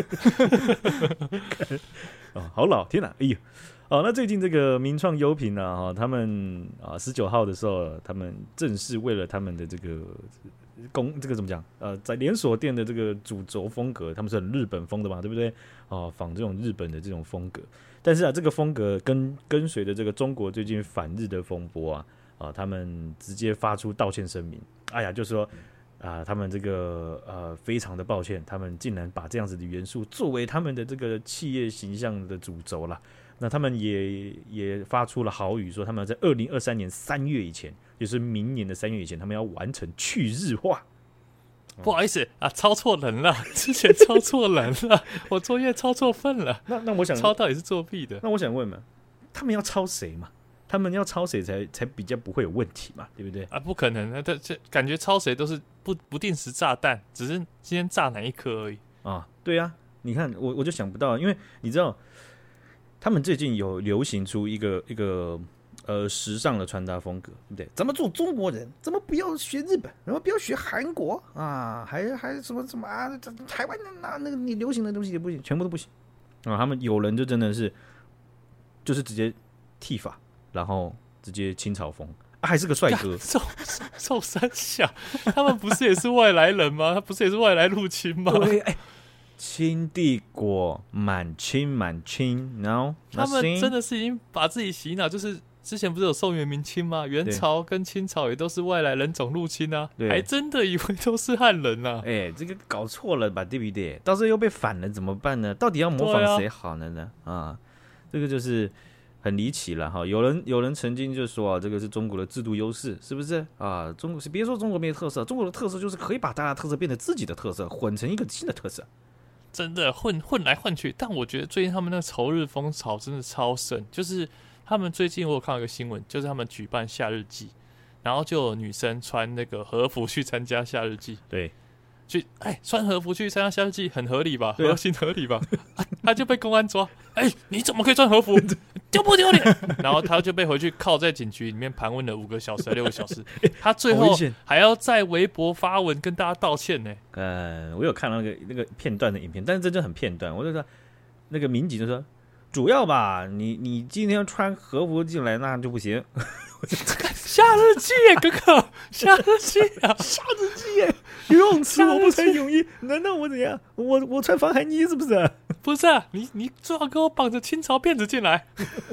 哦，好老，天哪！哎呀，哦，那最近这个名创优品啊，他们19号的时候，他们正式为了他们的这个这个怎么讲？在连锁店的这个主轴风格，他们是很日本风的嘛，对不对？哦，仿这种日本的这种风格。但是这个风格跟随着这个中国最近反日的风波他们直接发出道歉声明。哎呀，就说他们这个非常的抱歉，他们竟然把这样子的元素作为他们的这个企业形象的主轴啦。那他们也发出了豪语，说他们要在2023年3月以前，就是明年的3月以前，他们要完成去日化。 不好意思抄错人了，之前抄错人了，我作业抄错份了。 那我想抄到底是作弊的。 那我想问嘛，他们要抄谁嘛？他们要抄谁才比较不会有问题嘛？对不对？ 不可能，这感觉抄谁都是不定时炸弹，只是今天炸哪一颗而已对啊，你看我就想不到，因为你知道，他们最近有流行出一个时尚的穿搭风格，对不对？咱们做中国人，怎么不要学日本？怎么不要学韩国还什么台湾那个你流行的东西也不行，全部都不行他们有人就真的是就是直接剃发，然后直接清朝风还是个帅哥， 受三小，他们不是也是外来人吗？他不是也是外来入侵吗？ 对，清帝国满清，然后他们真的是已经把自己洗脑，就是之前不是有宋元明清吗？元朝跟清朝也都是外来人种入侵还真的以为都是汉人这个搞错了吧，对不对？到时候又被反了怎么办呢？到底要模仿谁好呢？这个就是很离奇了哈。有人曾经就说这个是中国的制度优势，是不是中国别说中国没有特色，中国的特色就是可以把大家的特色变得自己的特色，混成一个新的特色。 真的混来混去，但我觉得最近他们那个仇日风潮真的超盛，就是他们最近我有看到一个新闻，就是他们举办夏日祭，然后就有女生穿那个和服去参加夏日祭， 对， 穿和服去参加夏日祭很合理吧？ 对合情合理吧？他就被公安抓，你怎么可以穿和服？丢不丢脸？然后他就被回去铐在警局里面盘问了5个小时、6个小时，他最后还要在微博发文跟大家道歉呢。 我有看到那个片段的影片，但是这就很片段。我就说那个民警就说，主要吧，你今天穿和服进来那就不行。 夏日祭耶，哥哥，夏日祭夏日祭耶，游泳池我不穿泳衣，难道我怎样？我穿防寒衣是不是？ 不是你最好给我绑着清朝辫子进来。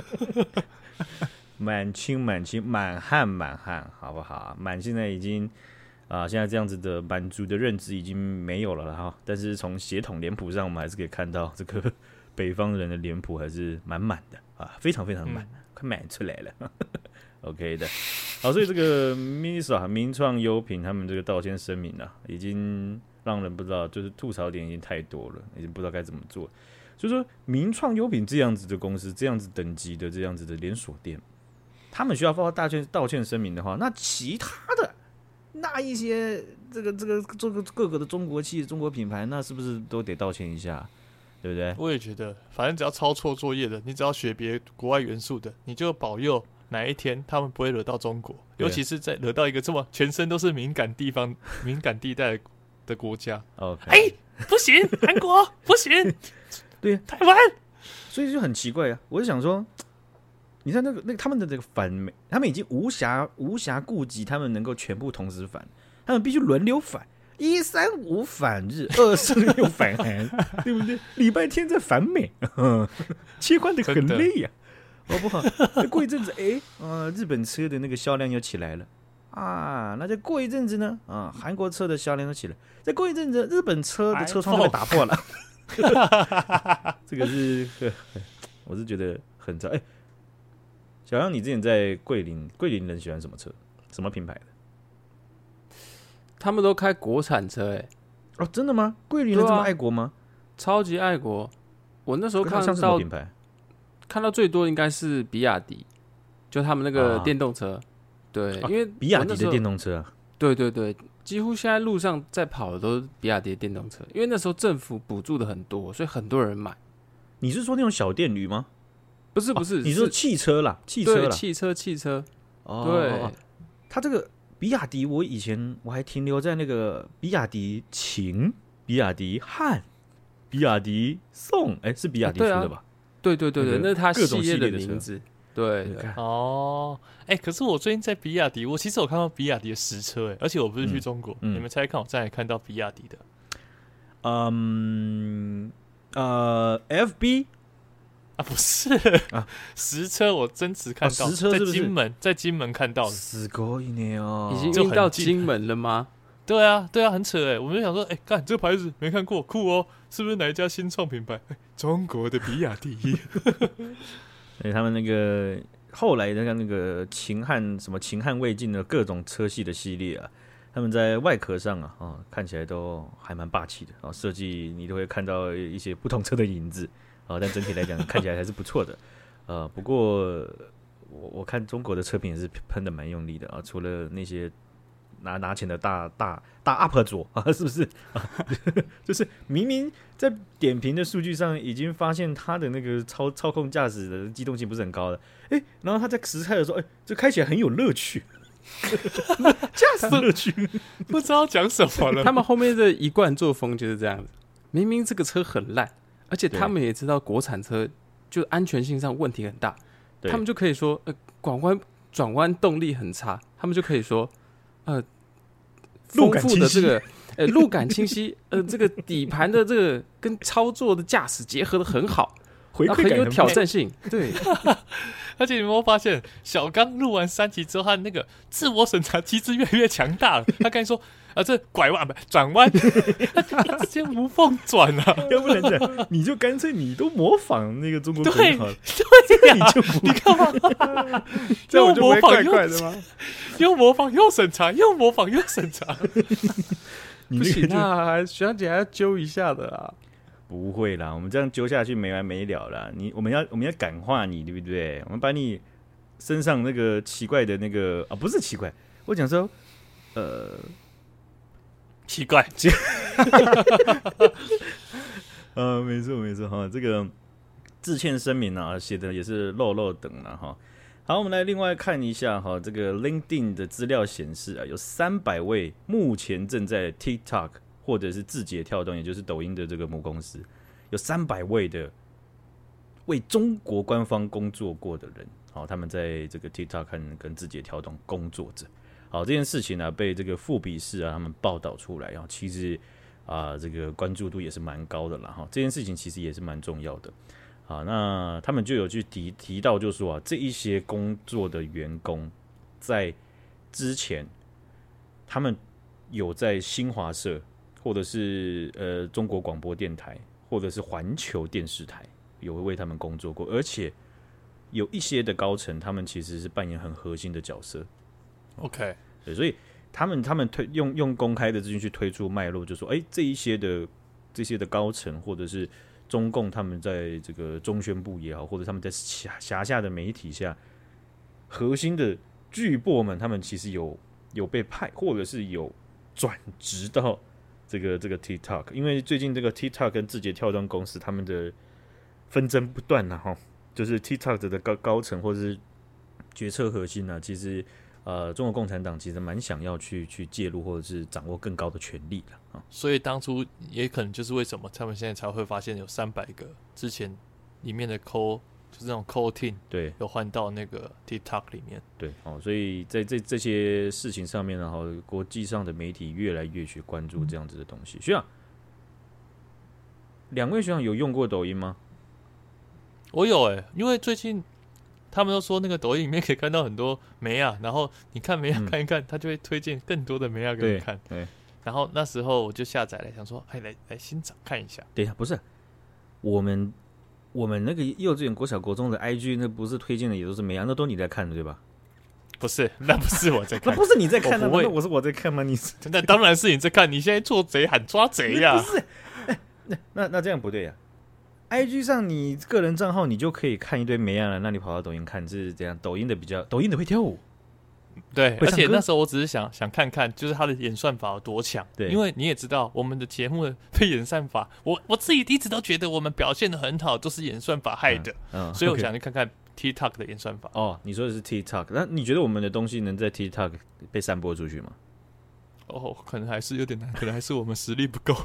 满清，满汉，好不好？满现在已经现在这样子的满族的认知已经没有了哈。但是从血统脸谱上，我们还是可以看到这个北方人的脸谱还是满的非常非常满，快满出来了。OK 的，好，所以这个 MINISO 名创优品他们这个道歉声明已经让人不知道，就是吐槽点已经太多了，已经不知道该怎么做。所以说，名创优品这样子的公司，这样子等级的这样子的连锁店，他们需要发道歉声明的话，那其他的那一些这个各个的中国企业、中国品牌，那是不是都得道歉一下？对不对？ 我也觉得，反正只要抄错作业的，你只要学别国外元素的，你就保佑哪一天他们不会惹到中国，尤其是在惹到一个这么全身都是敏感地方、敏感地带的国家。 OK， 不行，韩国不行， 对， 台湾， 所以就很奇怪我就想说，你看那个他们的这个反美，他们已经无暇顾及他们能够全部同时反，他们必须轮流反。135反日，246反韩，对不对？礼拜天在反美，切换的很累呀，好不好？过一阵子，日本车的那个销量又起来了那再过一阵子呢，韩国车的销量又起来，再过一阵子，日本车的车窗就被打破了， 这个是我是觉得很糟。小杨，你之前在桂林人喜欢什么车？什么品牌的？ 他们都开国产车哦，真的吗？桂林人这么爱国吗？ 超级爱国。我那时候看像是什么品牌？ 看到最多应该是比亚迪，就他们那个电动车。对，因为比亚迪的电动车啊。 对对对，几乎现在路上在跑的都是比亚迪的电动车，因为那时候政府补助的很多，所以很多人买。 你是说那种小电驴吗？ 不是不是， 你说汽车啦，汽车。 哦， 对， 它这个比亚迪，我以前我还停留在那个比亚迪秦、比亚迪汉、比亚迪宋，是比亚迪出的吧？ 对，那是它系列的名字。对， 哦，可是我最近在比亚迪，我其实有看到比亚迪的实车，而且我不是去中国，你们猜看我在哪里看到比亚迪的 ？FB。 不是实车，我真实看到， 实车是不是在金门看到的？ すごいね哦， 已经运到金门了吗？ 对啊，很扯我们就想说，干这个牌子没看过，酷哦，是不是哪一家新创品牌？中国的比亚迪。 他们那个后来的那个秦汉魏晋的各种车系的系列啊，他们在外壳上看起来都还蛮霸气的设计你都会看到一些不同车的影子。但整体来讲看起来还是不错的，不过我看中国的车评也是喷的蛮用力的除了那些拿钱的大 UP 主是不是就是明明在点评的数据上已经发现他的那个操控驾驶的机动性不是很高的，然后他在实开的时候，这开起来很有乐趣，驾驶乐趣， 不知道讲什么了。 他们后面的一贯作风就是这样子，明明这个车很烂。而且他们也知道国产车就安全性上问题很大，他们就可以说转弯动力很差，他们就可以说丰富的这个路感清晰，这个底盘的这个跟操作的驾驶结合的很好， 回馈感很有挑战性。对， 而且你有没有发现，小刚录完3集之后，他那个自我审查机制越来越强大了。他刚才说这拐弯转弯，他直接无缝转啊！ 要不然讲，你就干脆你都模仿那个中国对好了， 对呀， 你就不你干嘛？ 这样我就不会怪怪的吗？ 又模仿又审查，又模仿又审查， 不行啊！学长姐还要揪一下的啊！ 不会啦，我们这样揪下去没完没了啦。我们要感化你，对不对？我们把你身上那个奇怪的那个不是奇怪，我讲说奇怪， 没错哈，这个致歉声明写的也是漏等了哈。好，我们来另外看一下哈，这个 LinkedIn 的资料显示有300位目前正在 TikTok 或者是字节跳动，也就是抖音的这个母公司，有300位的为中国官方工作过的人，他们在这个 TikTok 跟字节跳动工作者。好，这件事情被这个富比士他们报道出来，其实这个关注度也是蛮高的啦。这件事情其实也是蛮重要的。好，那他们就有去提到，就是说这一些工作的员工在之前，他们有在新华社或者是中国广播电台或者是环球电视台有为他们工作过，而且有一些的高层，他们其实是扮演很核心的角色。 OK， 对，所以他们用公开的资讯去推出脉络，就说，这些的高层或者是中共他们在这个中宣部也好，或者他们在辖下的媒体下，核心的巨擘们，他们其实有被派，或者是有转职到这个 TikTok， 因为最近这个 TikTok 跟字节跳动公司他们的纷争不断哈，就是 TikTok 的高层或者是决策核心其实。中国共产党其实蛮想要去介入，或者是掌握更高的权力了所以当初也可能就是为什么他们现在才会发现有300个之前里面的就是那种 call team 对有换到那个 TikTok 里面对所以在这些事情上面呢，国际上的媒体越来越去关注这样子的东西。学长，两位学长有用过抖音吗？ 我有因为最近。他们都说那个抖音里面可以看到很多梅亚，然后你看梅亚看一看，他就会推荐更多的梅亚给你看。 对， 然后那时候我就下载了，想说，来欣赏看一下。 等一下，不是我们那个幼稚园、国小、国中的 IG， 那不是推荐的也都是美亚，那都你在看的对吧？ 不是，那不是我在看， 那不是你在看的， 那我是我在看吗？ 那当然是你在看，你现在做贼喊抓贼呀！ 不是，那这样不对呀。IG 上你个人账号你就可以看一堆美亚了，那你跑到抖音看是这样？抖音的会跳舞。 对，而且那时候我只是想看看，就是它的演算法有多强。 对， 因为你也知道，我们的节目的被演算法，我自己一直都觉得我们表现的很好，都是演算法害的。所以我想去看看 TikTok 的演算法。 哦，你说的是 TikTok， 那你觉得我们的东西能在 TikTok 被散播出去吗？ 哦，可能还是有点难，可能还是我们实力不够。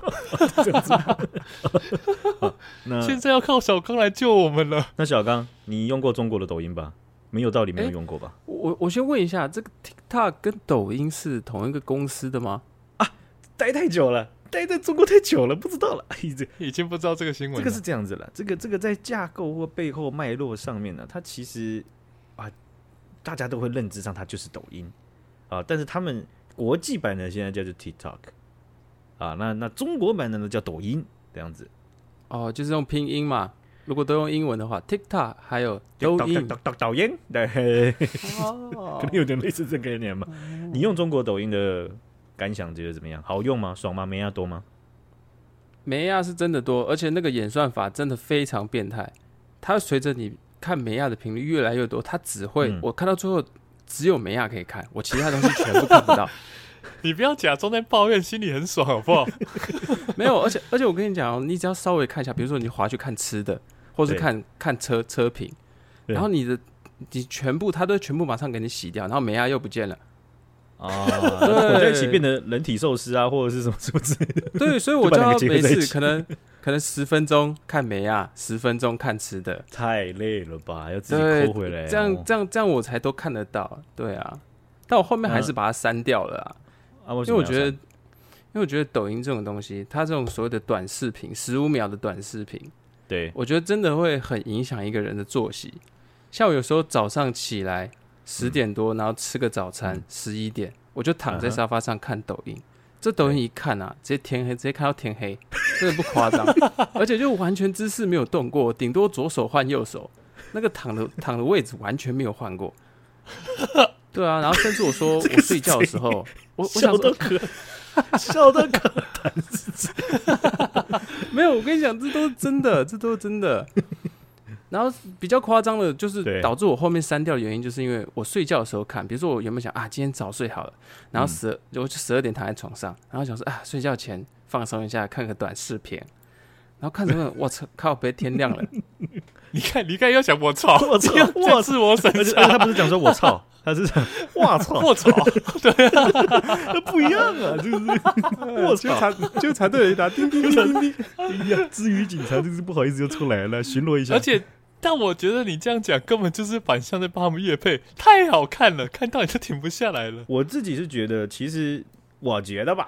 那现在要靠小刚来救我们了。 那小刚，你用过中国的抖音吧？没有道理没有用过吧？ 我先问一下，这个 TikTok 跟抖音是同一个公司的吗？ 啊，待太久了，待在中国太久了，不知道了。 已经不知道这个新闻了。 这个是这样子了，这个在架构或背后脉络上面呢，它其实大家都会认知上它就是抖音啊，但是他们国际版的现在叫做 TikTok 啊，那中国版的呢叫抖音这样子。 哦，就是用拼音嘛。如果都用英文的话 ，TikTok 还有抖音， 抖音，对，可能有点类似这个概念嘛。你用中国抖音的感想觉得怎么样？好用吗？爽吗？美亚多吗？ 美亚是真的多，而且那个演算法真的非常变态。它随着你看美亚的频率越来越多，它只会、我看到最后只有美亚可以看，我其他东西全部看不到。 你不要假装在抱怨，心里很爽好不好？ 没有，而且我跟你讲你只要稍微看一下，比如说你滑去看吃的。或是看车评，然后你全部他都全部马上给你洗掉，然后美亚又不见了混在一起变得人体寿司啊，或者是什么之类的。 对，所以我就要每次可能10分钟看美亚，10分钟看吃的， 太累了吧？要自己抠回来。 这样我才都看得到。对啊，但我后面还是把它删掉了因为我觉得抖音这种东西，它这种所谓的短视频，15秒的短视频。 对， 我觉得真的会很影响一个人的作息。像我有时候早上起来10点多，然后吃个早餐，11点，我就躺在沙发上看抖音。这抖音一看啊，直接天黑，直接看到天黑，真的不夸张。而且就完全姿势没有动过，顶多左手换右手，那个躺的位置完全没有换过。对啊，然后甚至我说我睡觉的时候，我想说笑得可谈是没有，我跟你讲，这都是真的。然后比较夸张的，就是导致我后面删掉的原因，就是因为我睡觉的时候看，比如说我原本想今天早睡好了，然后我就12点躺在床上，然后想说睡觉前放松一下，看个短视频，然后看什么，我操，靠北天亮了。 你看又想我操，这自我审查， 他不是讲说我操，他是讲我操， 对啊， 不一样啊，就是我操， 就查对雷达，叮叮叮叮。 哎呀，至于警察就是不好意思就出来了，巡逻一下。 而且，但我觉得你这样讲根本就是反向在帮他们业配，太好看了，看到你就停不下来了。 我自己是觉得，其实我觉得吧。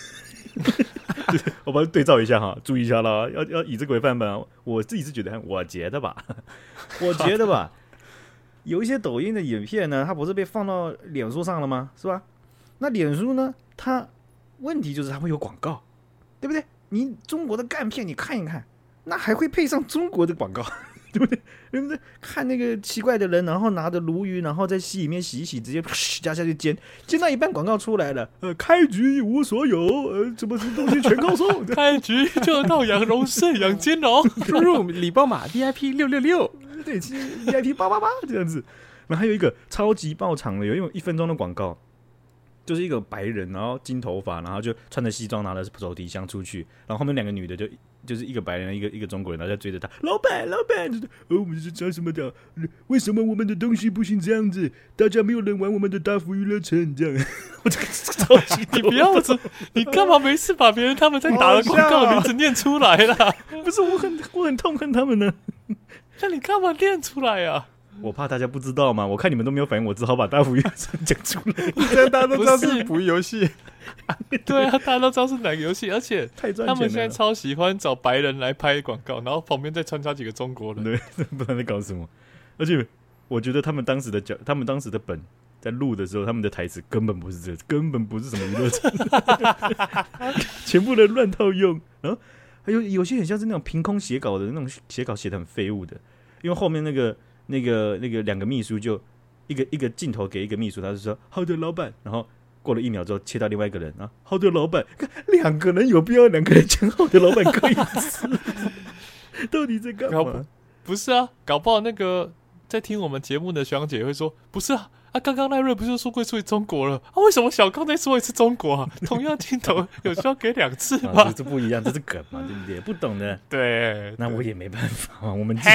我把它对照一下哈，注意一下啦，要以这个为范本。我自己是觉得，我觉得吧，有一些抖音的影片呢，它不是被放到脸书上了吗？是吧？那脸书呢，它问题就是它会有广告，对不对？你中国的干片你看一看，那还会配上中国的广告，对不对？对不对？看那个奇怪的人，然后拿着鲈鱼，然后在溪里面洗一洗，直接加下去煎到一半，广告出来了，开局一无所有，什么东西全靠送， 开局就到养荣盛养金龙， 输入礼包码 VIP 666， 对，VIP 888这样子。然后还有一个超级爆场的，有1分钟的广告。就是一个白人，然后金头发，然后就穿着西装，拿着手提箱出去，然后后面2个女的就是一个白人，一个中国人，然后在追着他，老板，就是我们是讲什么的？为什么我们的东西不行这样子？大家没有人玩我们的大福娱乐城这样，我这个超级你不要你干嘛没事把别人他们在打的广告的名字念出来啦？ 不是我很痛恨他们呢， 那你干嘛念出来啊？ 我怕大家不知道嘛，我看你们都没有反应，我只好把大福娱乐城讲出来。 这样大家都知道是捕鱼游戏。 对啊，大家都知道是哪个游戏，而且他们现在超喜欢找白人来拍广告，然后旁边再穿插几个中国人。 对，不知道在搞什么。而且我觉得他们当时的本在录的时候，他们的台词根本不是根本不是什么娱乐城，全部的乱套用。然后还有些很像是那种凭空写稿的那种写稿写的很废物的，因为后面那个两个秘书就一个镜头给一个秘书，他就说好的老板，然后过了1秒之后切到另外一个人啊，好的老板，2个人有必要2个人讲好的老板各一次？到底在干嘛？ 不是啊，搞不好那个在听我们节目的学长姐会说，不是啊。刚刚赖瑞不是说过出中国了啊？为什么小刚再说一次中国啊？同样镜头有需要给2次吗？ 这不一样，这是梗嘛，对不对？不懂的， 对， 那我也没办法嘛。我们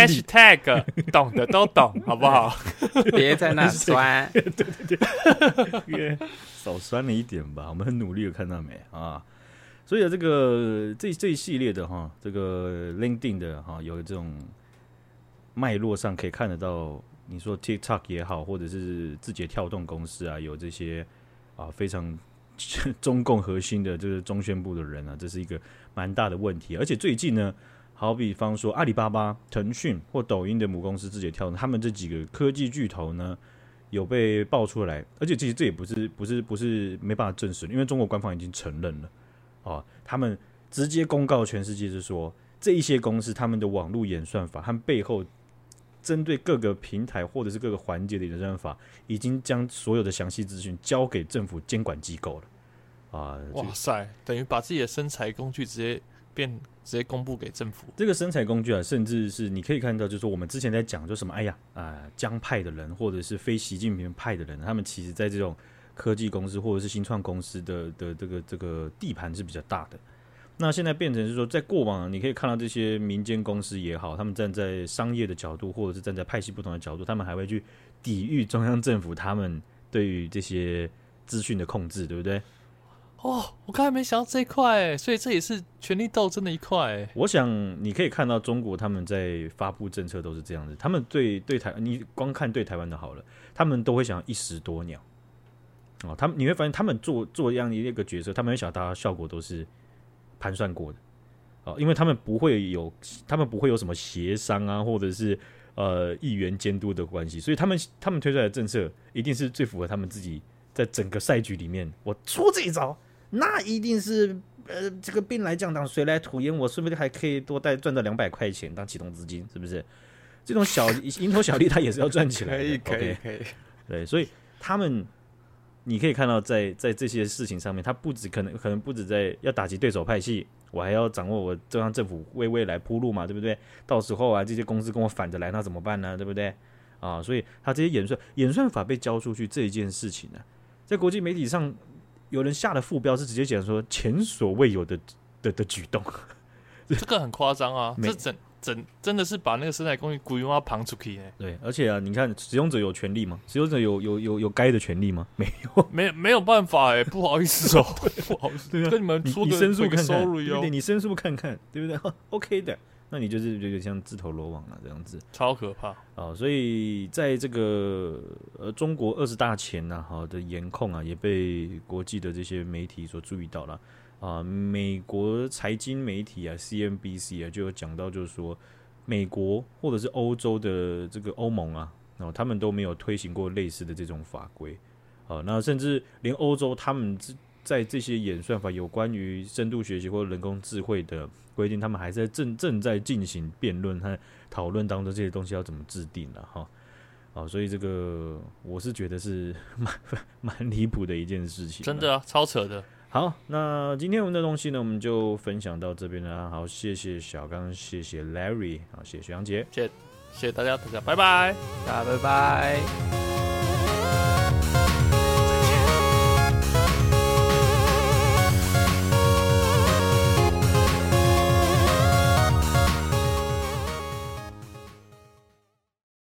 #懂的都懂，好不好？ 别在那酸， 对，少酸了一点吧。我们很努力的，看到没啊？所以这个这一系列的哈，这个 LinkedIn 的哈，有这种脉络上可以看得到。你说 TikTok 也好，或者是字节跳动公司啊，有这些非常中共核心的这个中宣部的人啊，这是一个蛮大的问题。而且最近呢，好比方说阿里巴巴、腾讯或抖音的母公司字节跳动，他们这几个科技巨头呢，有被爆出来。而且其实这也不是没办法证实，因为中国官方已经承认了他们直接公告全世界是说，这一些公司他们的网络演算法和背后针对各个平台或者是各个环节的演算法，已经将所有的详细资讯交给政府监管机构了哇塞，等于把自己的生财工具直接公布给政府。 这个生财工具啊，甚至是你可以看到，就是说我们之前在讲，就什么江派的人，或者是非习近平派的人，他们其实在这种科技公司或者是新创公司的这个地盘是比较大的。那现在变成是说，在过往你可以看到这些民间公司也好，他们站在商业的角度，或者是站在派系不同的角度，他们还会去抵御中央政府他们对于这些资讯的控制，对不对？ 我刚才没想到这一块，所以这也是权力斗争的一块。我想你可以看到中国他们在发布政策都是这样子，他们对台，你光看对台湾的好了，他们都会想要一石多鸟你会发现他们做这样一个角色，他们会想大家效果都是盘算过的因为他们不会有什么协商啊，或者是议员监督的关系，所以他们推出来的政策一定是最符合他们自己在整个赛局里面，我出这一招，那一定是这个兵来将挡，水来土掩，我说不定还可以多赚到200块钱当启动资金，是不是？这种小蝇头小利，他也是要赚起来的。 可以。 对，所以他们。你可以看到在这些事情上面，他可能不止在要打击对手派系，我还要掌握我中央政府为未来铺路嘛，对不对？到时候这些公司跟我反着来，那怎么办呢？对不对？所以他这些演算法被交出去这一件事情呢，在国际媒体上有人下的副标是直接讲说前所未有的举动， 这个很夸张啊！这真的是把那个生态工具规划旁出去对，而且你看，使用者有权利吗？使用者有该的权利吗？ 没有办法不好意思不好意思，跟你们说你申诉看看， sorry 对不对？你申诉看看，对不对？OK 的，那你就是有点像自投罗网了这样子， 超可怕所以在这个中国20大前的严控也被国际的这些媒体所注意到了。美国财经媒体CNBC 就有讲到，就是说美国或者是欧洲的这个欧盟他们都没有推行过类似的这种法规那甚至连欧洲他们在这些演算法有关于深度学习或人工智慧的规定，他们还在正在进行辩论和讨论当中，这些东西要怎么制定了所以这个我是觉得是蛮离谱的一件事情， 真的超扯的。 好，那今天我们的东西呢，我们就分享到这边了。好，谢谢小刚，谢谢 Larry， 好，谢谢学长姐， 谢谢大家，拜拜， 大家拜拜。